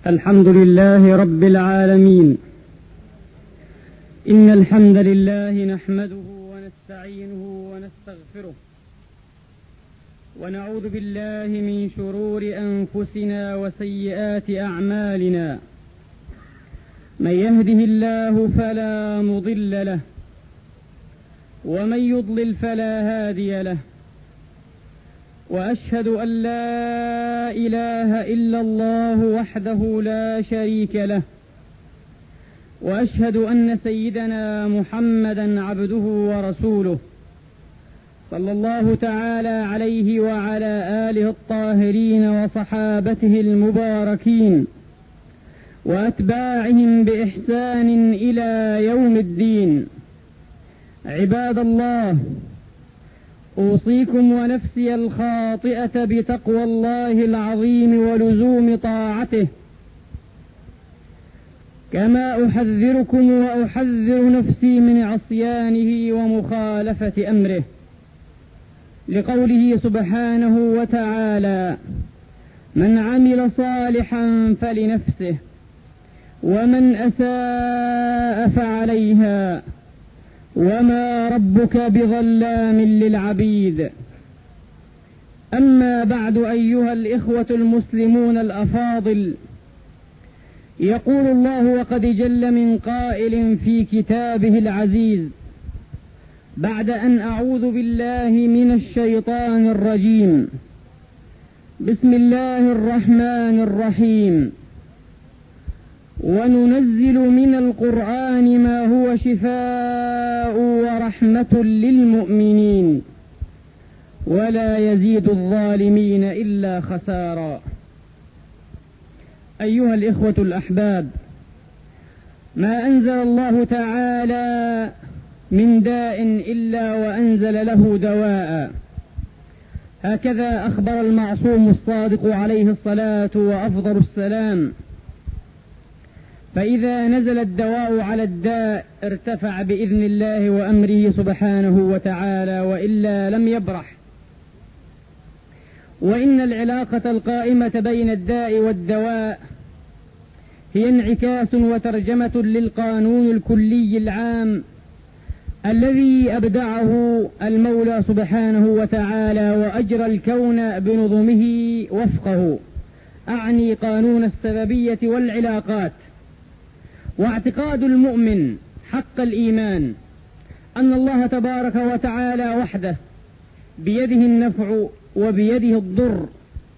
الحمد لله رب العالمين. إن الحمد لله نحمده ونستعينه ونستغفره ونعوذ بالله من شرور أنفسنا وسيئات أعمالنا. من يهده الله فلا مضل له ومن يضلل فلا هادي له، وأشهد أن لا إله إلا الله وحده لا شريك له، وأشهد أن سيدنا محمدا عبده ورسوله صلى الله تعالى عليه وعلى آله الطاهرين وصحابته المباركين وأتباعهم بإحسان إلى يوم الدين. عباد الله، أوصيكم ونفسي الخاطئة بتقوى الله العظيم ولزوم طاعته، كما أحذركم وأحذر نفسي من عصيانه ومخالفة أمره، لقوله سبحانه وتعالى: من عمل صالحا فلنفسه ومن أساء فعليها وما ربك بظلام للعبيد. أما بعد، أيها الإخوة المسلمون الأفاضل، يقول الله وقد جل من قائل في كتابه العزيز: بعد أن أعوذ بالله من الشيطان الرجيم، بسم الله الرحمن الرحيم: وننزل من القرآن ما هو شفاء ورحمة للمؤمنين ولا يزيد الظالمين إلا خسارا. أيها الإخوة الأحباب، ما أنزل الله تعالى من داء إلا وأنزل له دواء، هكذا أخبر المعصوم الصادق عليه الصلاة وأفضل السلام. فإذا نزل الدواء على الداء ارتفع بإذن الله وأمره سبحانه وتعالى، وإلا لم يبرح. وإن العلاقة القائمة بين الداء والدواء هي انعكاس وترجمة للقانون الكلي العام الذي أبدعه المولى سبحانه وتعالى وأجرى الكون بنظمه وفقه، أعني قانون السببية والعلاقات. واعتقاد المؤمن حق الإيمان أن الله تبارك وتعالى وحده بيده النفع وبيده الضر،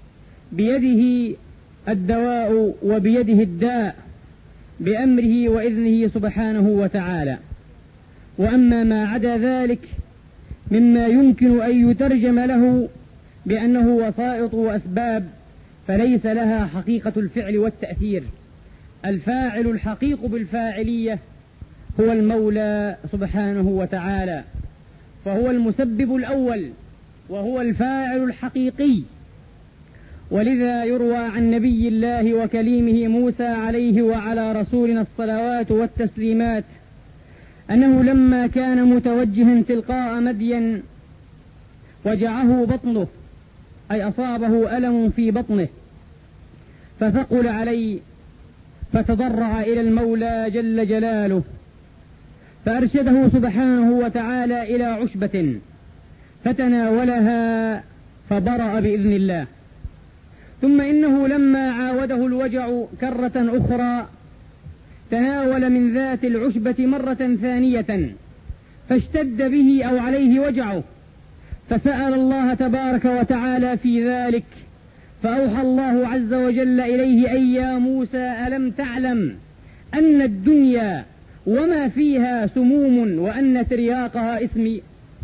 بيده الدواء وبيده الداء، بأمره وإذنه سبحانه وتعالى. وأما ما عدا ذلك مما يمكن أن يترجم له بأنه وسائط وأسباب فليس لها حقيقة الفعل والتأثير. الفاعل الحقيق بالفاعلية هو المولى سبحانه وتعالى، فهو المسبب الأول وهو الفاعل الحقيقي. ولذا يروى عن نبي الله وكليمه موسى عليه وعلى رسولنا الصلوات والتسليمات أنه لما كان متوجها تلقاء مدين وجعه بطنه، أي أصابه ألم في بطنه فثقل عليه، فتضرع إلى المولى جل جلاله فأرشده سبحانه وتعالى إلى عشبة فتناولها فبرأ بإذن الله. ثم إنه لما عاوده الوجع كرة أخرى تناول من ذات العشبة مرة ثانية فاشتد به أو عليه وجعه، فسأل الله تبارك وتعالى في ذلك، فأوحى الله عز وجل إليه: أي يا موسى، ألم تعلم أن الدنيا وما فيها سموم وأن ترياقها إثمي؟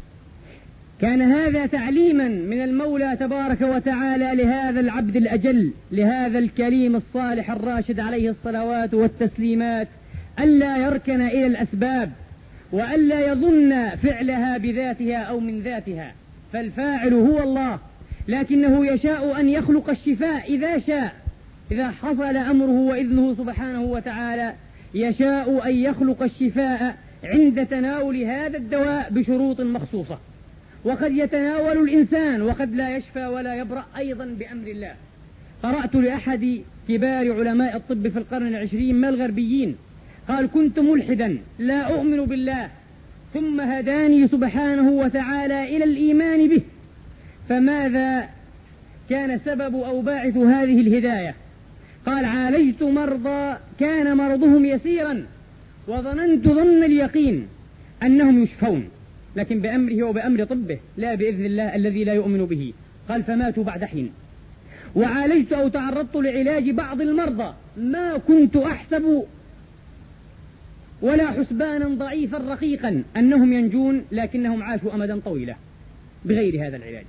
كان هذا تعليما من المولى تبارك وتعالى لهذا العبد الأجل، لهذا الكريم الصالح الراشد عليه الصلوات والتسليمات، ألا يركن إلى الأسباب وألا يظن فعلها بذاتها أو من ذاتها، فالفاعل هو الله، لكنه يشاء أن يخلق الشفاء إذا شاء. إذا حصل أمره وإذنه سبحانه وتعالى يشاء أن يخلق الشفاء عند تناول هذا الدواء بشروط مخصوصة. وقد يتناول الإنسان وقد لا يشفى ولا يبرأ أيضا بأمر الله. قرأت لأحد كبار علماء الطب في القرن العشرين من الغربيين قال: كنت ملحدا لا أؤمن بالله، ثم هداني سبحانه وتعالى إلى الإيمان به، فماذا كان سبب أو باعث هذه الهداية؟ قال: عالجت مرضى كان مرضهم يسيرا وظننت ظن اليقين أنهم يشفون، لكن بأمره وبأمر طبه لا بإذن الله الذي لا يؤمن به. قال: فماتوا بعد حين. وعالجت أو تعرضت لعلاج بعض المرضى ما كنت أحسب ولا حسبانا ضعيفا رقيقا أنهم ينجون، لكنهم عاشوا أمدا طويلا بغير هذا العلاج.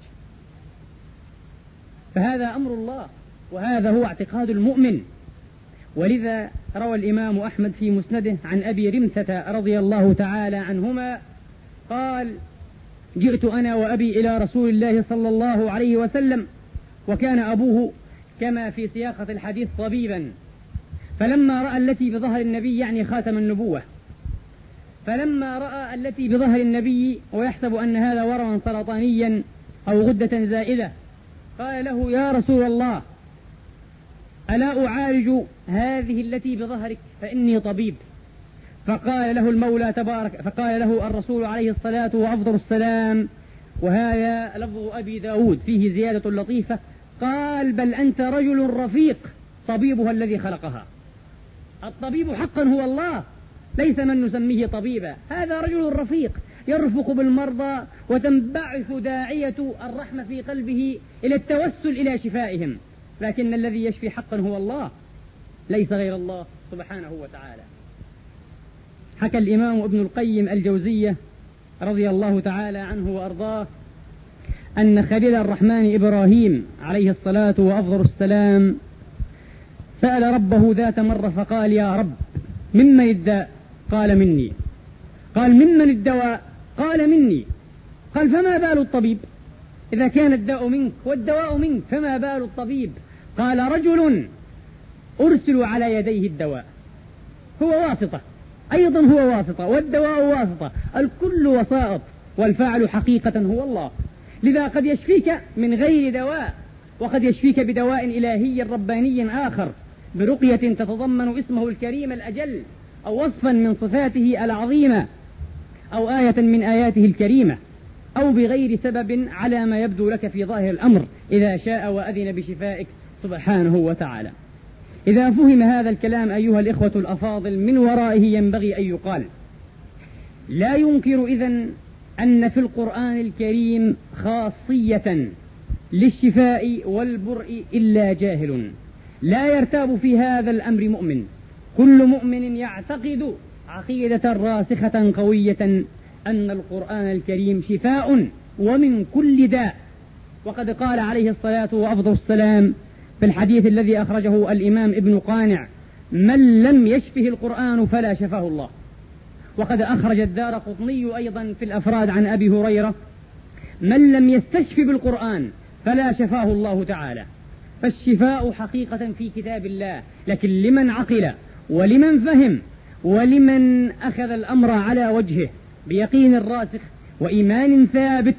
فهذا أمر الله، وهذا هو اعتقاد المؤمن. ولذا روى الإمام أحمد في مسنده عن أبي رمثة رضي الله تعالى عنهما قال: جئت أنا وأبي إلى رسول الله صلى الله عليه وسلم، وكان أبوه كما في سياقة الحديث طبيبا، فلما رأى التي بظهر النبي، يعني خاتم النبوة، فلما رأى التي بظهر النبي ويحسب أن هذا ورما سرطانيا أو غدة زائدة، قال له: يا رسول الله، ألا أعالج هذه التي بظهرك فإني طبيب؟ فقال له المولى تبارك، فقال له الرسول عليه الصلاة وأفضل السلام، وهذا لفظ أبي داود فيه زيادة لطيفة، قال: بل أنت رجل رفيق، طبيبها الذي خلقها. الطبيب حقا هو الله، ليس من نسميه طبيبا، هذا رجل رفيق يرفق بالمرضى وتنبعث داعية الرحمة في قلبه إلى التوسل إلى شفائهم، لكن الذي يشفي حقا هو الله، ليس غير الله سبحانه وتعالى. حكى الإمام ابن القيم الجوزية رضي الله تعالى عنه وأرضاه أن خليل الرحمن إبراهيم عليه الصلاة وأفضل السلام سأل ربه ذات مرة فقال: يا رب، ممن الداء؟ قال: مني. قال: ممن الدواء؟ قال: مني. قال: فما بال الطبيب؟ إذا كان الداء منك والدواء منك فما بال الطبيب؟ قال: رجل أرسل على يديه الدواء، هو واسطة، أيضا هو واسطة، والدواء واسطة، الكل وسائط، والفاعل حقيقة هو الله. لذا قد يشفيك من غير دواء، وقد يشفيك بدواء إلهي رباني آخر، برقية تتضمن اسمه الكريم الأجل، أو وصفا من صفاته العظيمة، أو آية من آياته الكريمة، أو بغير سبب على ما يبدو لك في ظاهر الأمر، إذا شاء وأذن بشفائك سبحانه وتعالى. إذا فهم هذا الكلام أيها الإخوة الأفاضل، من ورائه ينبغي أن يقال: لا ينكر إذن أن في القرآن الكريم خاصية للشفاء والبرء إلا جاهل، لا يرتاب في هذا الأمر مؤمن. كل مؤمن يعتقد عقيدة راسخة قوية أن القرآن الكريم شفاء ومن كل داء. وقد قال عليه الصلاة وأفضل السلام في الحديث الذي أخرجه الإمام ابن قانع: من لم يشفه القرآن فلا شفاه الله. وقد أخرج الدارقطني أيضا في الأفراد عن أبي هريرة: من لم يستشف بالقرآن فلا شفاه الله تعالى. فالشفاء حقيقة في كتاب الله، لكن لمن عقل ولمن فهم ولمن أخذ الأمر على وجهه بيقين راسخ وإيمان ثابت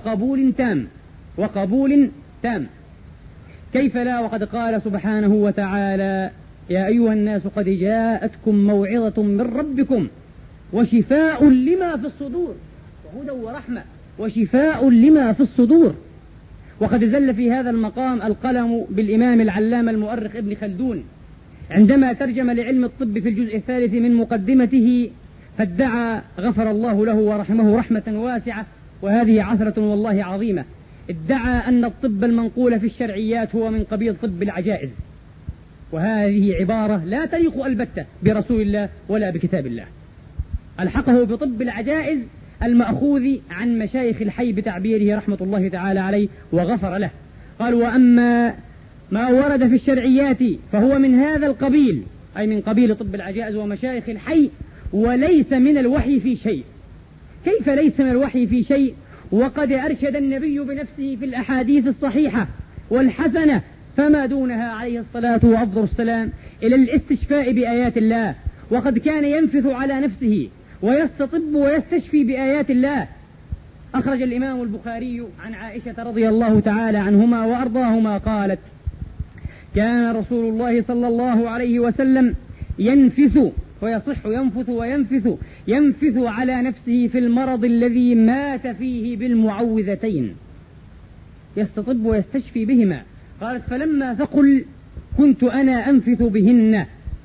وقبول تام. كيف لا، وقد قال سبحانه وتعالى: يا أيها الناس قد جاءتكم موعظة من ربكم وشفاء لما في الصدور، وهدى ورحمة، وشفاء لما في الصدور. وقد زل في هذا المقام القلم بالإمام العلامة المؤرخ ابن خلدون عندما ترجم لعلم الطب في الجزء الثالث من مقدمته، فادعى غفر الله له ورحمه رحمة واسعة، وهذه عثرة والله عظيمة، ادعى أن الطب المنقول في الشرعيات هو من قبيل طب العجائز، وهذه عبارة لا تليق البتة برسول الله ولا بكتاب الله. ألحقه بطب العجائز المأخوذ عن مشايخ الحي بتعبيره رحمة الله تعالى عليه وغفر له. قال: وأما ما ورد في الشرعيات فهو من هذا القبيل، أي من قبيل طب العجائز ومشايخ الحي، وليس من الوحي في شيء. كيف ليس من الوحي في شيء وقد أرشد النبي بنفسه في الأحاديث الصحيحة والحسنة فما دونها عليه الصلاة وأفضل السلام إلى الاستشفاء بآيات الله، وقد كان ينفث على نفسه ويستطب ويستشفي بآيات الله. أخرج الإمام البخاري عن عائشة رضي الله تعالى عنهما وأرضاهما قالت: كان رسول الله صلى الله عليه وسلم ينفث ويصح ينفث وينفث ينفث على نفسه في المرض الذي مات فيه بالمعوذتين، يستطب ويستشفي بهما. قالت فلما ثقل كنت أنا أنفث بهن،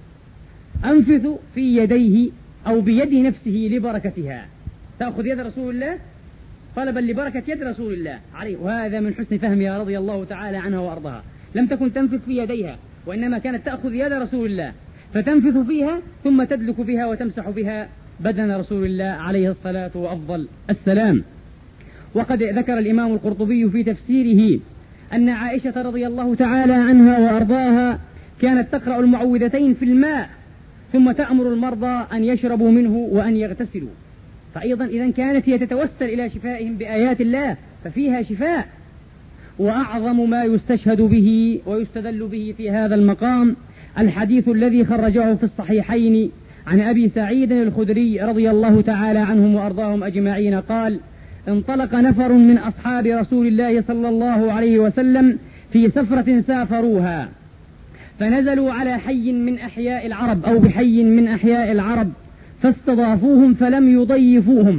أنفث في يديه أو بيد نفسه لبركتها. تأخذ يد رسول الله طلبا لبركة يد رسول الله عليه، وهذا من حسن فهمها رضي الله تعالى عنها وأرضها. لم تكن تنفث في يديها، وإنما كانت تأخذ يد رسول الله فتنفث فيها ثم تدلك بها وتمسح بها بدن رسول الله عليه الصلاة وأفضل السلام. وقد ذكر الإمام القرطبي في تفسيره أن عائشة رضي الله تعالى عنها وأرضاها كانت تقرأ المعوذتين في الماء ثم تأمر المرضى أن يشربوا منه وأن يغتسلوا. فأيضا إذن كانت هي تتوسل إلى شفائهم بآيات الله، ففيها شفاء. وأعظم ما يستشهد به ويستدل به في هذا المقام الحديث الذي خرجه في الصحيحين عن أبي سعيد الخدري رضي الله تعالى عنهم وأرضاهم أجمعين قال: انطلق نفر من أصحاب رسول الله صلى الله عليه وسلم في سفرة سافروها، فنزلوا على حي من أحياء العرب أو بحي من أحياء العرب، فاستضافوهم فلم يضيفوهم،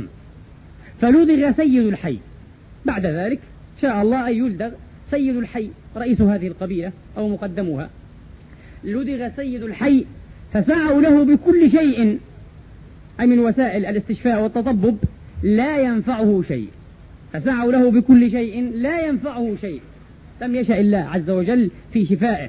فلدغ سيد الحي. بعد ذلك شاء الله أن يلدغ سيد الحي رئيس هذه القبيلة أو مقدمها. لدغ سيد الحي فسعوا له بكل شيء أي من وسائل الاستشفاء والتطبب لا ينفعه شيء، فسعوا له بكل شيء لا ينفعه شيء، لم يشأ الله عز وجل في شفائه.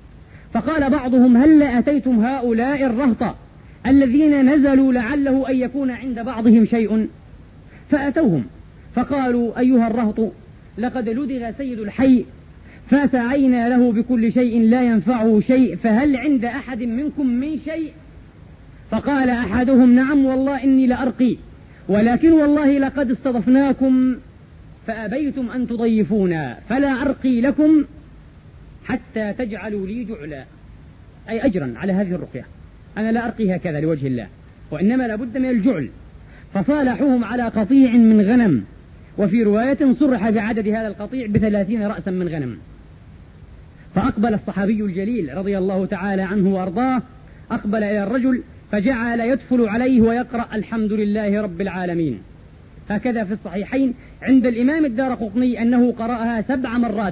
فقال بعضهم: هل أتيتم هؤلاء الرهط الذين نزلوا لعله أن يكون عند بعضهم شيء؟ فأتوهم فقالوا: أيها الرهط، لقد لدغ سيد الحي فسعينا له بكل شيء لا ينفعه شيء، فهل عند أحد منكم من شيء؟ فقال أحدهم: نعم والله إني لأرقي، ولكن والله لقد استضفناكم فأبيتم أن تضيفونا، فلا أرقي لكم حتى تجعلوا لي جعلا، أي أجرا على هذه الرقية، أنا لا أرقي هكذا لوجه الله، وإنما لابد من الجعل. فصالحوهم على قطيع من غنم، وفي رواية صرح بعدد هذا القطيع 30 رأسا من غنم. فأقبل الصحابي الجليل رضي الله تعالى عنه وأرضاه، أقبل إلى الرجل فجعل يدفل عليه ويقرأ: الحمد لله رب العالمين. هكذا في الصحيحين عند الإمام الدارقطني أنه قرأها 7 مرات،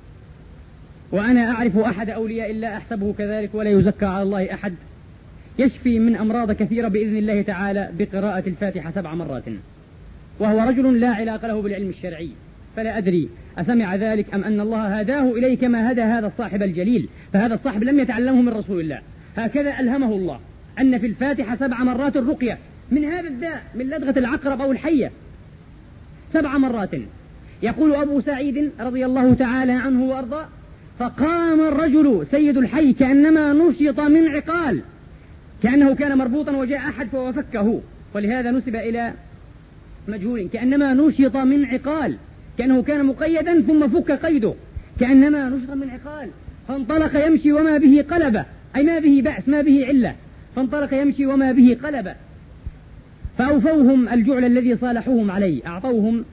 وأنا أعرف أحد أولياء الله أحسبه كذلك ولا يزكى على الله أحد، يشفي من أمراض كثيرة بإذن الله تعالى بقراءة الفاتحة 7 مرات، وهو رجل لا علاقة له بالعلم الشرعي، فلا أدري أسمع ذلك أم أن الله هداه إليه كما هدى هذا الصاحب الجليل. فهذا الصاحب لم يتعلمه من رسول الله، هكذا ألهمه الله أن في الفاتحة 7 مرات الرقية من هذا الداء، من لدغة العقرب أو الحية 7 مرات. يقول أبو سعيد رضي الله تعالى عنه وأرضاه: فقام الرجل سيد الحي كأنما نشط من عقال، كأنه كان مربوطا وجاء أحد ففكه، ولهذا نسب إلى مجهول، كأنما نشط من عقال، كأنه كان مقيدا ثم فك قيده، كأنما نشط من عقال، فانطلق يمشي وما به قلبة، أي ما به بأس ما به علة، فانطلق يمشي وما به قلبة. فأوفوهم الجعل الذي صالحوهم عليه، أعطوهم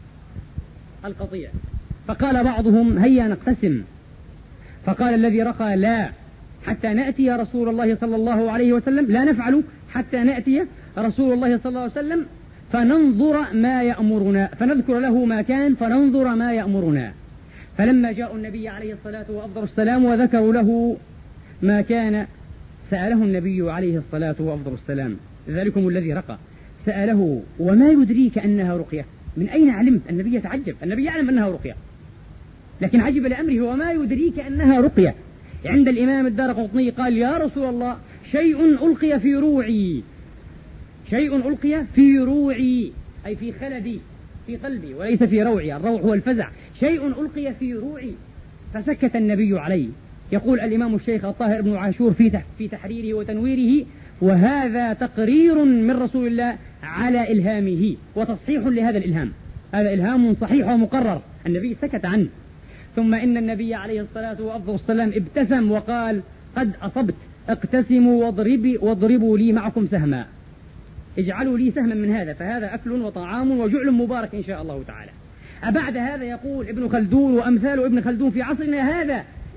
القطيع. فقال بعضهم: هيا نقتسم. فقال الذي رقى: لا، حتى نأتي رسول الله صلى الله عليه وسلم، لا نفعل حتى نأتي رسول الله صلى الله عليه وسلم فننظر ما يأمرنا، فنذكر له ما كان فننظر ما يأمرنا. فلما جاءوا النبي عليه الصلاة وأفضل السلام وذكروا له ما كان، سأله النبي عليه الصلاة وأفضل السلام: ذلكم الذي رقى، سأله: وما يدريك أنها رقية؟ من أين علمت؟ النبي يتعجب، النبي يعلم أنها رقية، لكن عجب لأمره: وما يدريك أنها رقية؟ عند الإمام الدارقطني قال: يا رسول الله، شيء ألقي في روعي، شيء ألقي في روعي، أي في خلدي في قلبي وليس في روعي، الروع هو الفزع، شيء ألقي في روعي. فسكت النبي عليه. يقول الإمام الشيخ الطاهر بن عاشور في تحريره وتنويره: وهذا تقرير من رسول الله على إلهامه وتصحيح لهذا الإلهام، هذا إلهام صحيح ومقرر، النبي سكت عنه. ثم إن النبي عليه الصلاة والسلام ابتسم وقال: قد أصبت، اقتسموا واضربوا لي معكم سهما، اجعلوا لي سهما من هذا، فهذا أكل وطعام وجعل مبارك إن شاء الله تعالى. أبعد هذا يقول ابن خلدون وأمثال ابن خلدون في عصرنا هذا: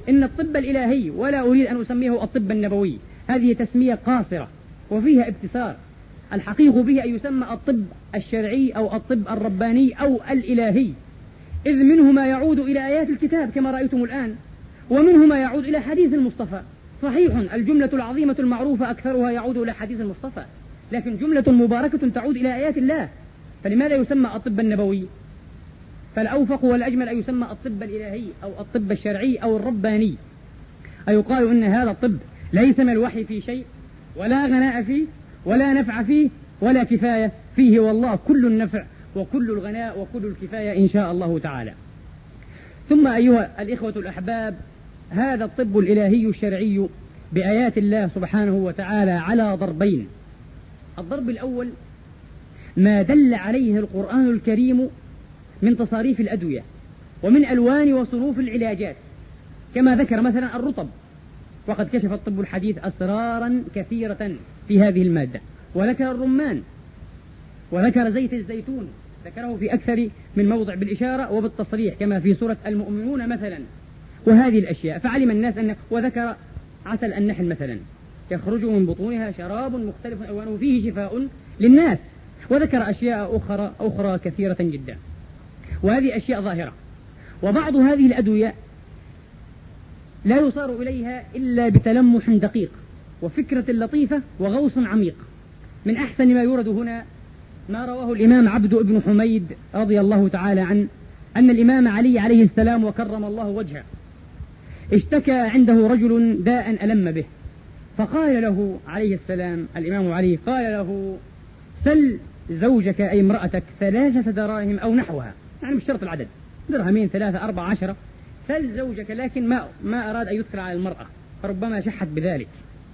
إن الطب الإلهي، ولا أريد أن أسميه الطب النبوي، هذه تسمية قاصرة وفيها ابتسار، الحقيق به أن يسمى الطب الشرعي أو الطب الرباني أو الإلهي، إذ منه ما يعود إلى آيات الكتاب كما رأيتم الآن، ومنه ما يعود إلى حديث المصطفى. صحيح الجملة العظيمة المعروفة أكثرها يعود إلى حديث المصطفى، لكن جملة مباركة تعود إلى آيات الله، فلماذا يسمى الطب النبوي؟ فالأوفق والأجمل أن يسمى الطب الإلهي أو الطب الشرعي أو الرباني، أي يقال إن هذا الطب ليس من الوحي في شيء، ولا غناء فيه، ولا نفع فيه، ولا كفاية فيه، والله كل النفع وكل الغناء وكل الكفاية إن شاء الله تعالى. ثم أيها الإخوة الأحباب، هذا الطب الإلهي الشرعي بآيات الله سبحانه وتعالى على ضربين. الضرب الأول ما دل عليه القرآن الكريم من تصاريف الأدوية ومن ألوان وصنوف العلاجات، كما ذكر مثلا الرطب، وقد كشف الطب الحديث أسرارا كثيرة في هذه المادة، وذكر الرمان، وذكر زيت الزيتون، ذكره في أكثر من موضع بالإشارة وبالتصريح كما في سورة المؤمنون مثلا، وهذه الأشياء فعلم الناس أنه، وذكر عسل النحل مثلا يخرج من بطونها شراب مختلف ألوانه فيه شفاء للناس، وذكر أشياء أخرى كثيرة جدا، وهذه أشياء ظاهرة. وبعض هذه الأدوية لا يصار إليها إلا بتلمح دقيق وفكرة لطيفة وغوص عميق. من أحسن ما يورد هنا ما رواه الإمام عبد بن حميد رضي الله تعالى عنه أن الإمام علي عليه السلام وكرم الله وجهه اشتكى عنده رجل داء ألم به، فقال له عليه السلام، الإمام علي قال له: سل زوجك أي امرأتك 3 دراهم أو نحوها، يعني مش شرط العدد، درهمين 3 4 10، سل زوجك، لكن ما أراد أن يدخل على المرأة فربما شحت بذلك.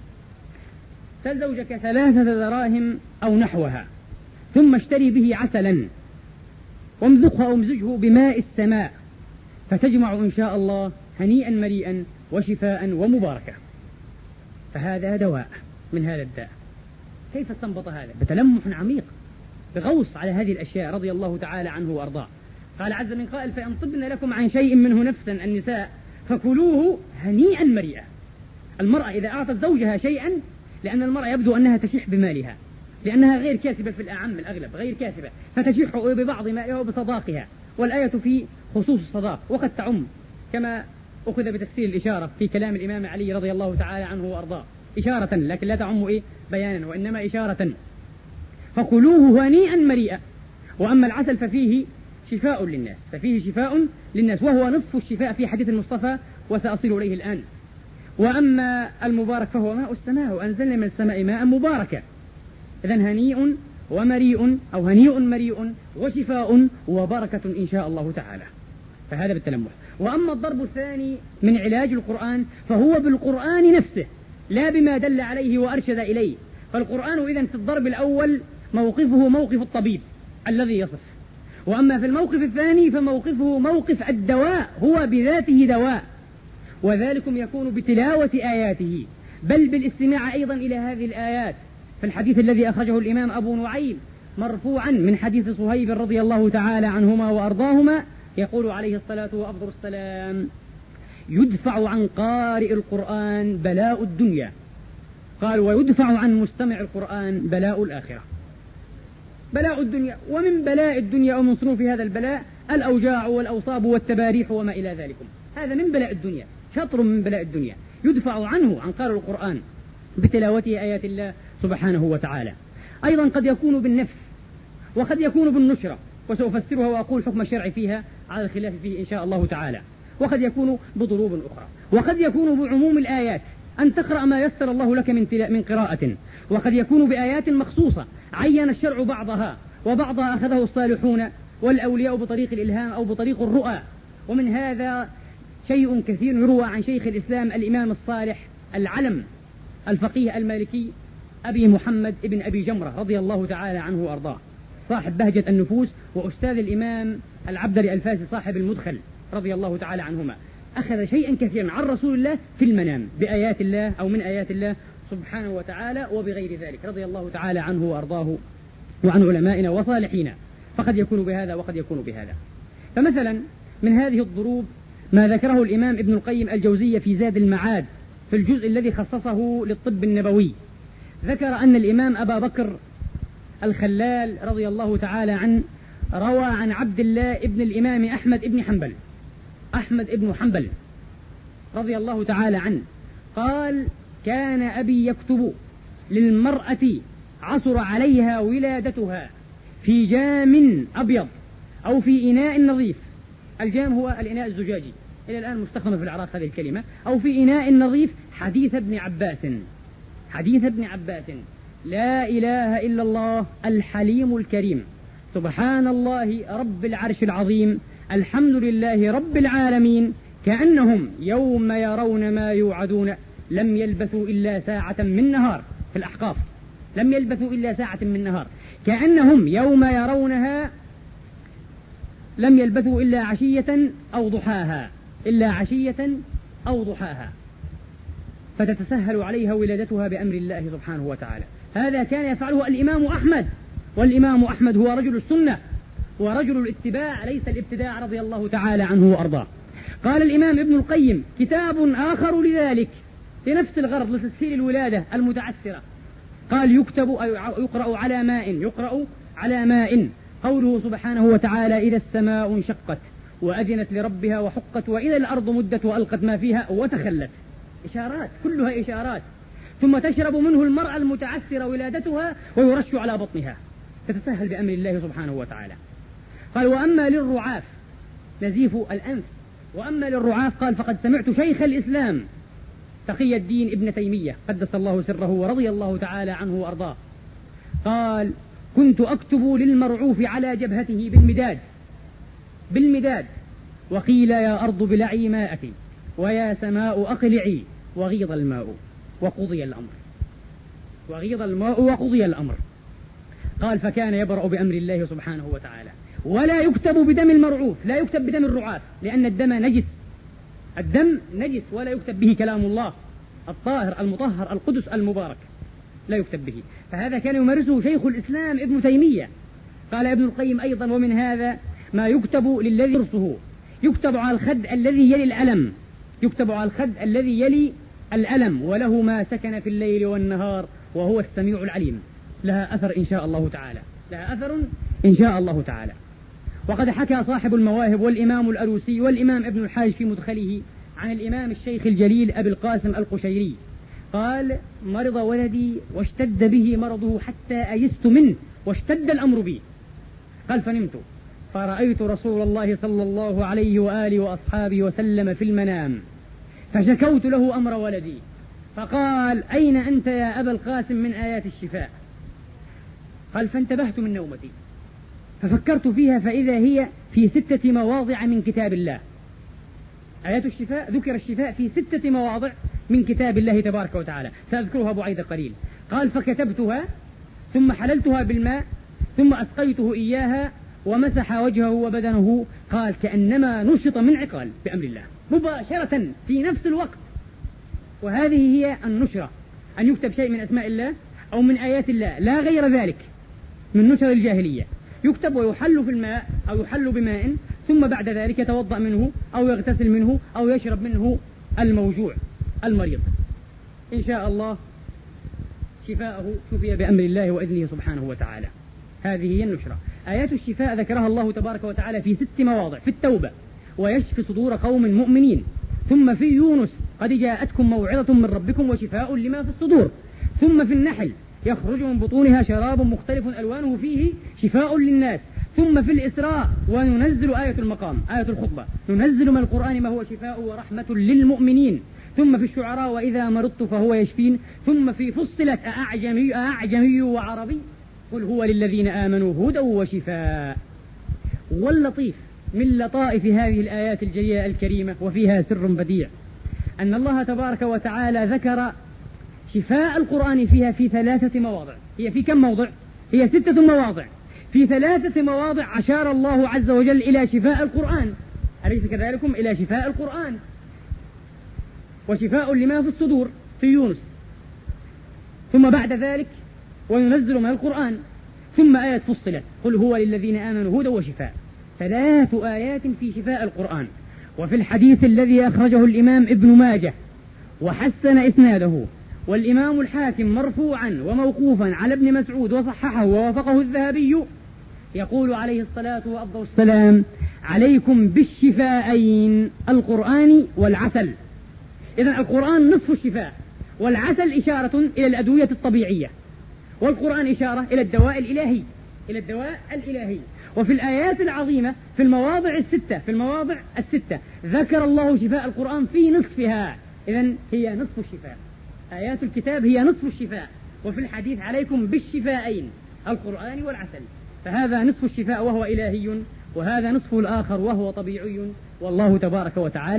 سل زوجك 3 دراهم أو نحوها، ثم اشتري به عسلا وامزقه أو امزجه بماء السماء، فتجمع إن شاء الله هنيئا مريئا وشفاء ومباركة. فهذا دواء من هذا الداء. كيف استنبط هذا؟ بتلمح عميق، بغوص على هذه الأشياء رضي الله تعالى عنه وأرضاه. قال عز من قائل: فإن طبن لكم عن شيء منه نفسا النساء فكلوه هنيئا مريئا. المرأة إذا أعطت زوجها شيئا، لأن المرأة يبدو أنها تشح بمالها، لأنها غير كاسبة في الأعم الأغلب، غير كاسبة، فتشح ببعض مالها وبصداقها، والآية في خصوص الصداق، وقد تعم كما أخذ بتفسير الإشارة في كلام الإمام علي رضي الله تعالى عنه وأرضاه، إشارة لكن لا تعم بيانا، وإنما إشارة. فكلوه هنيئا مريئا. وأما العسل ففيه شفاء للناس، وهو نصف الشفاء في حديث المصطفى، وسأصل إليه الآن. وأما المبارك فهو ماء السماء، وأنزلنا من السماء ماء مباركا. إذن هنيء ومريء، أو هنيء مريء وشفاء وبركة إن شاء الله تعالى. فهذا بالتلمح. وأما الضرب الثاني من علاج القرآن فهو بالقرآن نفسه، لا بما دل عليه وأرشد إليه. فالقرآن إذن في الضرب الأول موقفه موقف الطبيب الذي يصف، وأما في الموقف الثاني فموقفه موقف الدواء، هو بذاته دواء، وذلكم يكون بتلاوة آياته، بل بالاستماع أيضا إلى هذه الآيات. في الحديث الذي أخرجه الإمام أبو نعيم مرفوعا من حديث صهيب رضي الله تعالى عنهما وأرضاهما، يقول عليه الصلاة وأفضل السلام: يدفع عن قارئ القرآن بلاء الدنيا، قال: ويدفع عن مستمع القرآن بلاء الآخرة. بلاء الدنيا، ومن بلاء الدنيا ومن صنوف هذا البلاء الأوجاع والأوصاب والتباريح وما إلى ذلك. هذا من بلاء الدنيا، شطر من بلاء الدنيا، يدفع عنه عن قارئ القرآن بتلاوته آيات الله سبحانه وتعالى. أيضا قد يكون بالنفس، وقد يكون بالنشرة، وسأفسرها وأقول حكم الشرع فيها على الخلاف فيه إن شاء الله تعالى. وقد يكون بضروب أخرى، وقد يكون بعموم الآيات، أن تقرأ ما يسر الله لك من قراءة، وقد يكون بآيات مخصوصة عين الشرع بعضها، وبعضها أخذه الصالحون والأولياء بطريق الإلهام أو بطريق الرؤى. ومن هذا شيء كثير يروى عن شيخ الإسلام الإمام الصالح العلم الفقيه المالكي أبي محمد ابن أبي جمرة رضي الله تعالى عنه وأرضاه، صاحب بهجة النفوس وأستاذ الإمام العبدري الفاسي صاحب المدخل رضي الله تعالى عنهما، أخذ شيئا كثيرا عن رسول الله في المنام بآيات الله أو من آيات الله سبحانه وتعالى وبغير ذلك، رضي الله تعالى عنه وأرضاه وعن علمائنا وصالحينا. فقد يكون بهذا وقد يكون بهذا. فمثلا من هذه الضروب ما ذكره الإمام ابن القيم الجوزية في زاد المعاد في الجزء الذي خصصه للطب النبوي. ذكر أن الإمام أبا بكر الخلال رضي الله تعالى عنه روى عن عبد الله ابن الإمام أحمد ابن حنبل رضي الله تعالى عنه قال: كان أبي يكتب للمرأة عصر عليها ولادتها في جام أبيض أو في إناء نظيف. الجام هو الإناء الزجاجي، إلى الآن مستخدمة في العراق هذه الكلمة. أو في إناء نظيف، حديث ابن عباس: لا إله إلا الله الحليم الكريم، سبحان الله رب العرش العظيم، الحمد لله رب العالمين، كأنهم يوم يرون ما يوعدون لم يلبثوا إلا ساعة من نهار. في الأحقاف: لم يلبثوا إلا ساعة من نهار، كأنهم يوم يرونها لم يلبثوا إلا عشية أو ضحاها، فتتسهل عليها ولادتها بأمر الله سبحانه وتعالى. هذا كان يفعله الإمام أحمد، والإمام أحمد هو رجل السنة ورجل الاتباع ليس الابتداع رضي الله تعالى عنه وأرضاه. قال الإمام ابن القيم: كتاب آخر لذلك لنفس الغرض، لتسهيل الولادة المتعثرة. قال: يكتب أو يقرأ على ماء قوله سبحانه وتعالى: إذا السماء انشقت وأذنت لربها وحقت وإذا الأرض مدت وألقت ما فيها وتخلت. إشارات، كلها إشارات. ثم تشرب منه المرأة المتعثرة ولادتها ويرش على بطنها، تتسهل بأمر الله سبحانه وتعالى. قال: وأما للرعاف، نزيف الأنف، وأما للرعاف قال: فقد سمعت شيخ الإسلام تقي الدين ابن تيمية قدس الله سره ورضي الله تعالى عنه وأرضاه قال: كنت أكتب للمرعوف على جبهته بالمداد وقيل: يا أرض بلعي ماءك ويا سماء أقلعي وغيض الماء وقضي الأمر. قال: فكان يبرأ بأمر الله سبحانه وتعالى، ولا يكتب بدم المرعوف، لا يكتب بدم الرعاف، لأن الدم نجس ولا يكتب به كلام الله الطاهر المطهر القدس المبارك، لا يكتب به. فهذا كان يمارسه شيخ الإسلام ابن تيمية. قال ابن القيم أيضا: ومن هذا ما يكتب للذي يرصه، يكتب على الخد الذي يلي الألم، وله ما سكن في الليل والنهار وهو السميع العليم. لها أثر إن شاء الله تعالى. وقد حكى صاحب المواهب والإمام الألوسي والإمام ابن الحاج في مدخله عن الإمام الشيخ الجليل أبي القاسم القشيري قال: مرض ولدي واشتد به مرضه حتى أيست منه واشتد الأمر بي. قال: فنمت فرأيت رسول الله صلى الله عليه وآله وأصحابه وسلم في المنام، فشكوت له أمر ولدي، فقال: أين أنت يا أبا القاسم من آيات الشفاء؟ قال: فانتبهت من نومتي ففكرت فيها فإذا هي في 6 مواضع من كتاب الله. آيات الشفاء، ذكر الشفاء في 6 مواضع من كتاب الله تبارك وتعالى، سأذكرها بعيد قليل. قال: فكتبتها ثم حللتها بالماء ثم أسقيته إياها ومسح وجهه وبدنه. قال: كأنما نشط من عقال بأمر الله مباشرة في نفس الوقت. وهذه هي النشرة، أن يكتب شيء من أسماء الله أو من آيات الله، لا غير ذلك من نشر الجاهلية. يكتب ويحل في الماء أو يحل بماء، ثم بعد ذلك يتوضأ منه أو يغتسل منه أو يشرب منه المريض. إن شاء الله شفاءه شفي بأمر الله وإذنه سبحانه وتعالى. هذه هي النشرة. آيات الشفاء ذكرها الله تبارك وتعالى في 6 مواضع: في التوبة: ويشفي صدور قوم مؤمنين، ثم في يونس: قد جاءتكم موعظة من ربكم وشفاء لما في الصدور، ثم في النحل: يخرج من بطونها شراب مختلف ألوانه فيه شفاء للناس، ثم في الإسراء: وننزل آية المقام، آية الخطبة: ننزل من القرآن ما هو شفاء ورحمة للمؤمنين، ثم في الشعراء: وإذا مرضت فهو يشفين، ثم في فصلت: أعجمي وعربي قل هو للذين آمنوا هدى وشفاء. واللطيف من لطائف هذه الآيات الجليلة الكريمة وفيها سر بديع أن الله تبارك وتعالى ذكر شفاء القرآن فيها في 3 مواضع. هي في كم موضع؟ هي 6 مواضع. في 3 مواضع أشار الله عز وجل إلى شفاء القرآن، أليس كذلكم؟ إلى شفاء القرآن. وشفاء لما في الصدور في يونس، ثم بعد ذلك: وينزل من القرآن، ثم آية فصلت: قل هو للذين آمنوا هدى وشفاء. 3 آيات في شفاء القرآن. وفي الحديث الذي أخرجه الإمام ابن ماجه وحسن إسناده والإمام الحاكم مرفوعا وموقوفا على ابن مسعود وصححه ووافقه الذهبي، يقول عليه الصلاة والسلام: عليكم بالشفاءين، القرآن والعسل. إذن القرآن نصف الشفاء، والعسل إشارة إلى الأدوية الطبيعية، والقرآن إشارة إلى الدواء الإلهي. وفي الآيات العظيمة في المواضع الستة ذكر الله شفاء القرآن في نصفها، إذن هي نصف الشفاء، آيات الكتاب هي نصف الشفاء. وفي الحديث: عليكم بالشفاءين، القرآن والعسل. فهذا نصف الشفاء وهو إلهي، وهذا نصفه الآخر وهو طبيعي، والله تبارك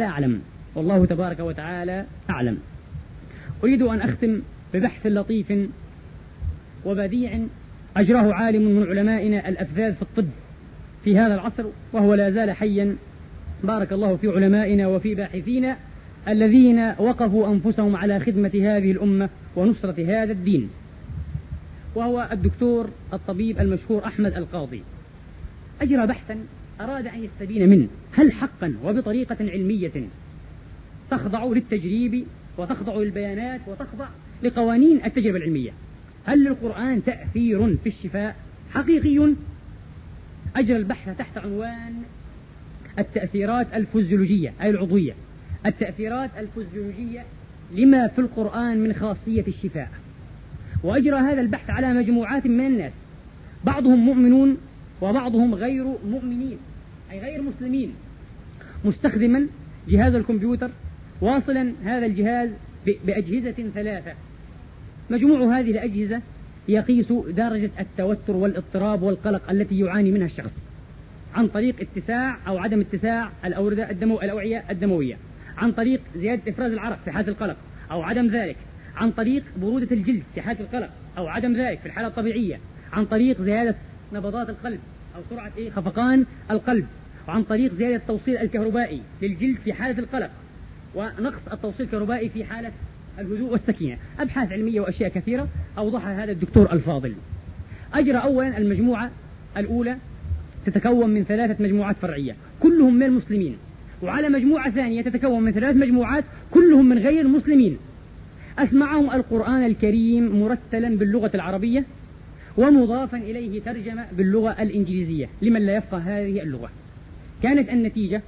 وتعالى أعلم. أريد أن أختم ببحث لطيف وبديع أجراه عالم من علمائنا الأفذاذ في الطب في هذا العصر، وهو لا زال حيا، بارك الله في علمائنا وفي باحثينا الذين وقفوا أنفسهم على خدمة هذه الأمة ونصرة هذا الدين، وهو الدكتور الطبيب المشهور أحمد القاضي. أجرى بحثا أراد أن يستبين منه هل حقا وبطريقة علمية تخضع للتجريب وتخضع للبيانات وتخضع لقوانين التجربة العلمية، هل للقرآن تأثير في الشفاء حقيقي؟ أجرى البحث تحت عنوان التأثيرات الفيزيولوجية أي العضوية، التأثيرات الفيزيولوجية لما في القرآن من خاصية الشفاء. وأجرى هذا البحث على مجموعات من الناس، بعضهم مؤمنون وبعضهم غير مؤمنين أي غير مسلمين، مستخدما جهاز الكمبيوتر، واصلا هذا الجهاز بأجهزة ثلاثة. مجموع هذه الأجهزة يقيس درجة التوتر والاضطراب والقلق التي يعاني منها الشخص عن طريق اتساع أو عدم اتساع الأوعية الدموية، عن طريق زيادة إفراز العرق في حالة القلق أو عدم ذلك، عن طريق برودة الجلد في حالة القلق أو عدم ذلك في الحالة الطبيعية، عن طريق زيادة نبضات القلب أو سرعة خفقان القلب، وعن طريق زيادة التوصيل الكهربائي للجلد في حالة القلق، ونقص التوصيل الكهربائي في حالة الهدوء والسكينة. أبحاث علمية وأشياء كثيرة أوضحها هذا الدكتور الفاضل. أجرى أولا المجموعة الأولى تتكون من 3 مجموعات فرعية كلهم من المسلمين، وعلى مجموعة ثانية تتكون من 3 مجموعات كلهم من غير المسلمين. أسمعهم القرآن الكريم مرتلا باللغة العربية ومضافا إليه ترجمة باللغة الإنجليزية لمن لا يفقه هذه اللغة. كانت النتيجة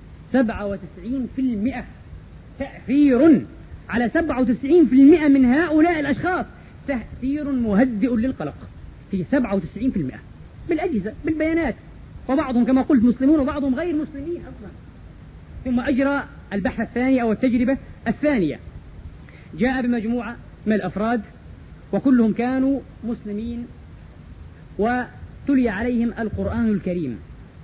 97% تأثير على 97% من هؤلاء الأشخاص، تأثير مهدئ للقلق في 97% بالأجهزة بالبيانات، وبعضهم كما قلت مسلمون وبعضهم غير مسلمين أصلا. ثم أجرى البحث الثاني أو التجربة الثانية، جاء بمجموعة من الأفراد وكلهم كانوا مسلمين وتلي عليهم القرآن الكريم،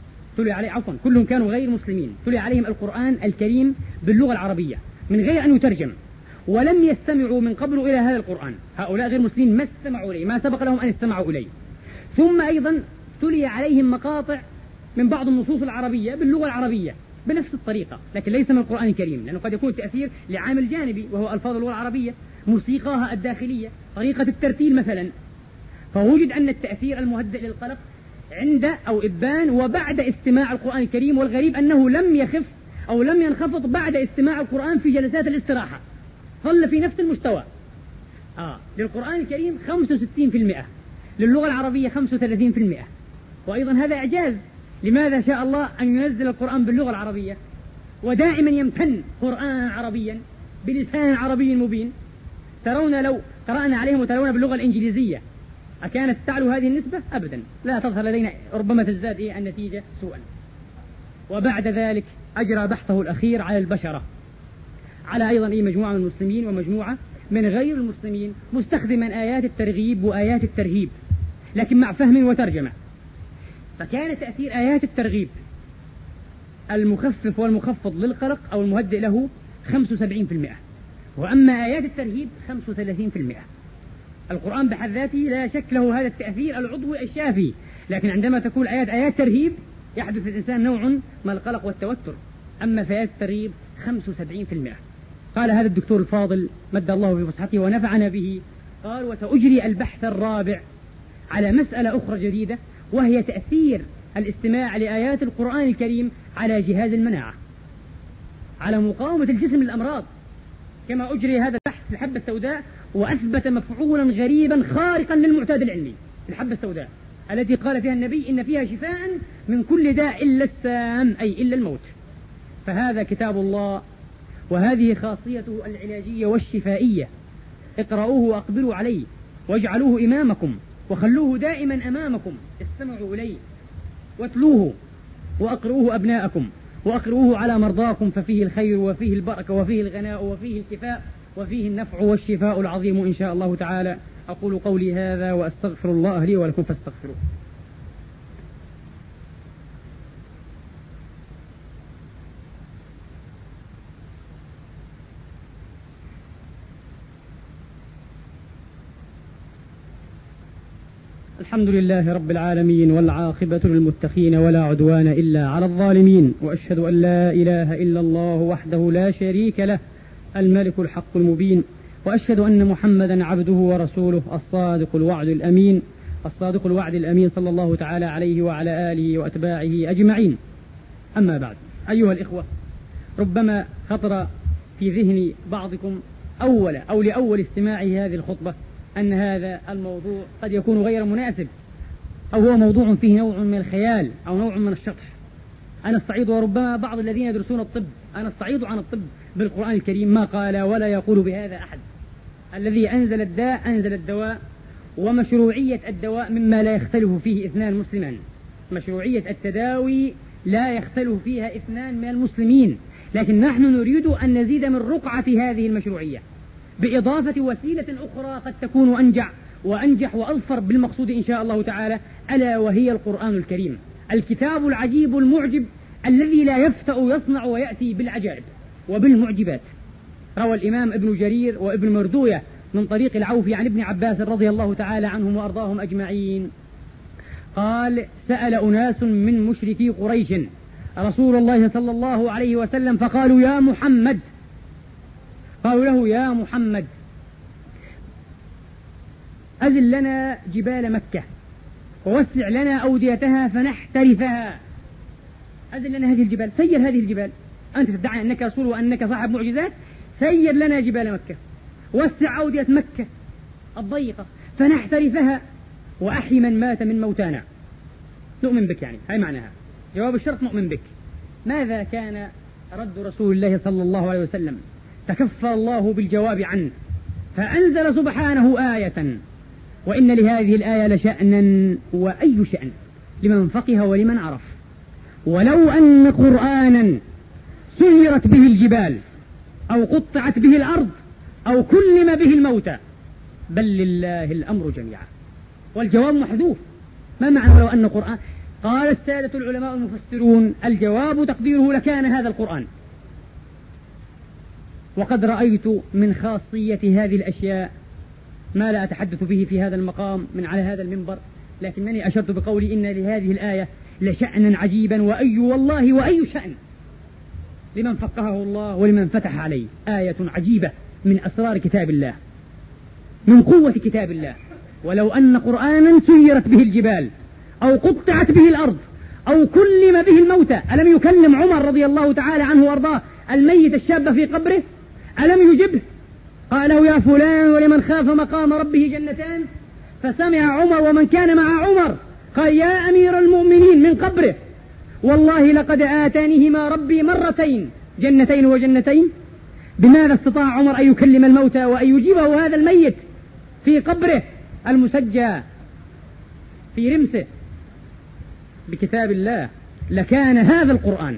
كلهم كانوا غير مسلمين، تلي عليهم القرآن الكريم باللغة العربية من غير أن يترجم، ولم يستمعوا من قبل إلى هذا القرآن. هؤلاء غير مسلمين ما استمعوا إليه، ما سبق لهم أن يستمعوا إليه. ثم أيضا تلي عليهم مقاطع من بعض النصوص العربية باللغة العربية بنفس الطريقة، لكن ليس من القرآن الكريم، لأنه قد يكون التأثير لعامل جانبي وهو ألفاظ اللغة العربية، موسيقاها الداخلية، طريقة الترتيل مثلا. فوجد أن التأثير المهدئ للقلق عند أو إبان وبعد استماع القرآن الكريم، والغريب أنه لم يخف أو لم ينخفض بعد استماع القرآن في جلسات الاستراحة، ظل في نفس المستوى. للقرآن الكريم 65%، للغة العربية 35%. وأيضا هذا إعجاز، لماذا شاء الله أن ينزل القرآن باللغة العربية ودائما يمتن قرآنا عربيا بلسان عربي مبين؟ ترون لو قرأنا عليهم وترون باللغة الإنجليزية أكانت تعلو هذه النسبة؟ أبدا، لا تظهر لدينا، ربما تزداد النتيجة سوءا. وبعد ذلك أجرى بحثه الأخير على البشرة، على أيضا مجموعة من المسلمين ومجموعة من غير المسلمين، مستخدما آيات الترغيب وآيات الترهيب لكن مع فهم وترجمة. فكان تأثير آيات الترغيب المخفف والمخفض للقلق أو المهدئ له 75%، وأما آيات الترهيب 35%. القرآن بحد ذاته لا شك له هذا التأثير العضوي الشافي، لكن عندما تكون آيات ترهيب يحدث في الإنسان نوع من القلق والتوتر. أما في آيات الترهيب 75%. قال هذا الدكتور الفاضل مد الله في فسحته ونفعنا به، قال: وسأجري البحث الرابع على مسألة أخرى جديدة، وهي تأثير الاستماع لآيات القرآن الكريم على جهاز المناعة. على مقاومة الجسم للأمراض، كما أجري هذا البحث في الحبة السوداء وأثبت مفعولا غريبا خارقا للمعتاد العلمي في الحبة السوداء التي قال فيها النبي إن فيها شفاء من كل داء إلا السام، أي إلا الموت. فهذا كتاب الله، وهذه خاصيته العلاجية والشفائية. اقرأوه وأقبلوا عليه، واجعلوه إمامكم، وخلوه دائما أمامكم، استمعوا إليه واتلوه وأقرؤوه أبناءكم، وأقرؤوه على مرضاكم، ففيه الخير وفيه البركة وفيه الغناء وفيه الكفاء وفيه النفع والشفاء العظيم إن شاء الله تعالى. أقول قولي هذا وأستغفر الله لي ولكم فاستغفروه. الحمد لله رب العالمين، والعاقبة للمتقين، ولا عدوان إلا على الظالمين، وأشهد أن لا إله إلا الله وحده لا شريك له الملك الحق المبين، وأشهد أن محمدا عبده ورسوله الصادق الوعد الأمين صلى الله تعالى عليه وعلى آله وأتباعه أجمعين. أما بعد، أيها الإخوة، ربما خطر في ذهن بعضكم لأول استماع هذه الخطبة أن هذا الموضوع قد يكون غير مناسب، أو هو موضوع فيه نوع من الخيال أو نوع من الشطح. أنا استعيض، وربما بعض الذين يدرسون الطب، أنا استعيض عن الطب بالقرآن الكريم ما قال ولا يقول بهذا أحد. الذي أنزل الداء أنزل الدواء، ومشروعية الدواء مما لا يختلف فيه اثنان مسلمان. مشروعية التداوي لا يختلف فيها اثنان من المسلمين، لكن نحن نريد أن نزيد من رقعة هذه المشروعية بإضافة وسيلة أخرى قد تكون أنجح وأظفر بالمقصود إن شاء الله تعالى، ألا وهي القرآن الكريم، الكتاب العجيب المعجب الذي لا يفتأ يصنع ويأتي بالعجائب وبالمعجبات. روى الإمام ابن جرير وابن مردوية من طريق العوفي عن ابن عباس رضي الله تعالى عنهم وأرضاهم أجمعين قال: سأل أناس من مشركي قريش رسول الله صلى الله عليه وسلم فقالوا: يا محمد، قالوا له: يا محمد، أزل لنا جبال مكة ووسع لنا أوديتها فنحترفها. أزل لنا هذه الجبال، سير هذه الجبال، أنت تدعي أنك رسول وأنك صاحب معجزات، سير لنا جبال مكة، وسع أودية مكة الضيقة فنحترفها، وأحي من مات من موتانا. نؤمن بك، يعني هاي معناها جواب الشرط، نؤمن بك. ماذا كان رد رسول الله صلى الله عليه وسلم؟ تكفى الله بالجواب عنه، فأنزل سبحانه آية، وإن لهذه الآية لشأنا، وأي شأن لمن فقه ولمن عرف. ولو أن قرآنا سيرت به الجبال أو قطعت به الأرض أو كلم به الموتى بل لله الأمر جميعا. والجواب محذوف. ما معنى ولو أن قرآن؟ قال السادة العلماء المفسرون: الجواب تقديره لكان هذا القرآن. وقد رأيت من خاصية هذه الأشياء ما لا أتحدث به في هذا المقام من على هذا المنبر، لكنني أشرت بقولي إن لهذه الآية لشأنا عجيبا، والله وأي شأن لمن فقهه الله ولمن فتح عليه. آية عجيبة من أسرار كتاب الله، من قوة كتاب الله. ولو أن قرآنا سيرت به الجبال أو قطعت به الأرض أو كلم به الموتى. ألم يكلم عمر رضي الله تعالى عنه وارضاه الميت الشاب في قبره؟ ألم يجبه؟ قال له: يا فلان، ولمن خاف مقام ربه جنتان. فسمع عمر ومن كان مع عمر قال: يا أمير المؤمنين، من قبره والله لقد آتانيهما ربي مرتين، جنتين وجنتين. بماذا استطاع عمر أن يكلم الموتى وأن يجيبه هذا الميت في قبره المسجى في رمسه؟ بكتاب الله. لكان هذا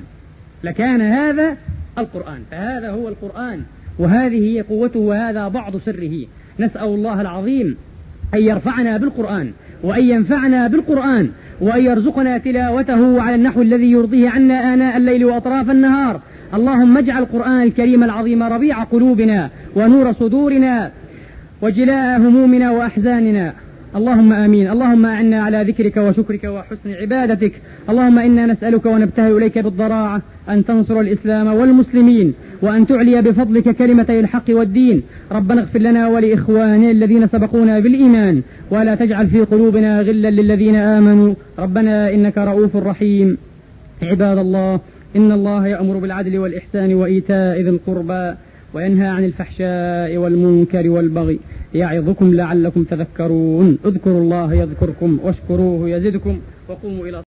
القرآن، فهذا هو القرآن، وهذه هي قوته، وهذا بعض سره. نسأل الله العظيم أن يرفعنا بالقرآن، وأن ينفعنا بالقرآن، وأن يرزقنا تلاوته على النحو الذي يرضيه عنا آناء الليل وأطراف النهار. اللهم اجعل القرآن الكريم العظيم ربيع قلوبنا ونور صدورنا وجلاء همومنا وأحزاننا. اللهم آمين. اللهم أعنا على ذكرك وشكرك وحسن عبادتك. اللهم إنا نسألك ونبتهل إليك بالضراعة أن تنصر الإسلام والمسلمين، وأن تعلي بفضلك كلمتي الحق والدين. ربنا اغفر لنا ولإخواننا الذين سبقونا بالإيمان، ولا تجعل في قلوبنا غلا للذين آمنوا. ربنا إنك رؤوف رحيم. عباد الله، إن الله يأمر بالعدل والإحسان وإيتاء ذي القربى وينهى عن الفحشاء والمنكر والبغي يعظكم لعلكم تذكرون. اذكروا الله يذكركم واشكروه يزدكم وقوموا إلى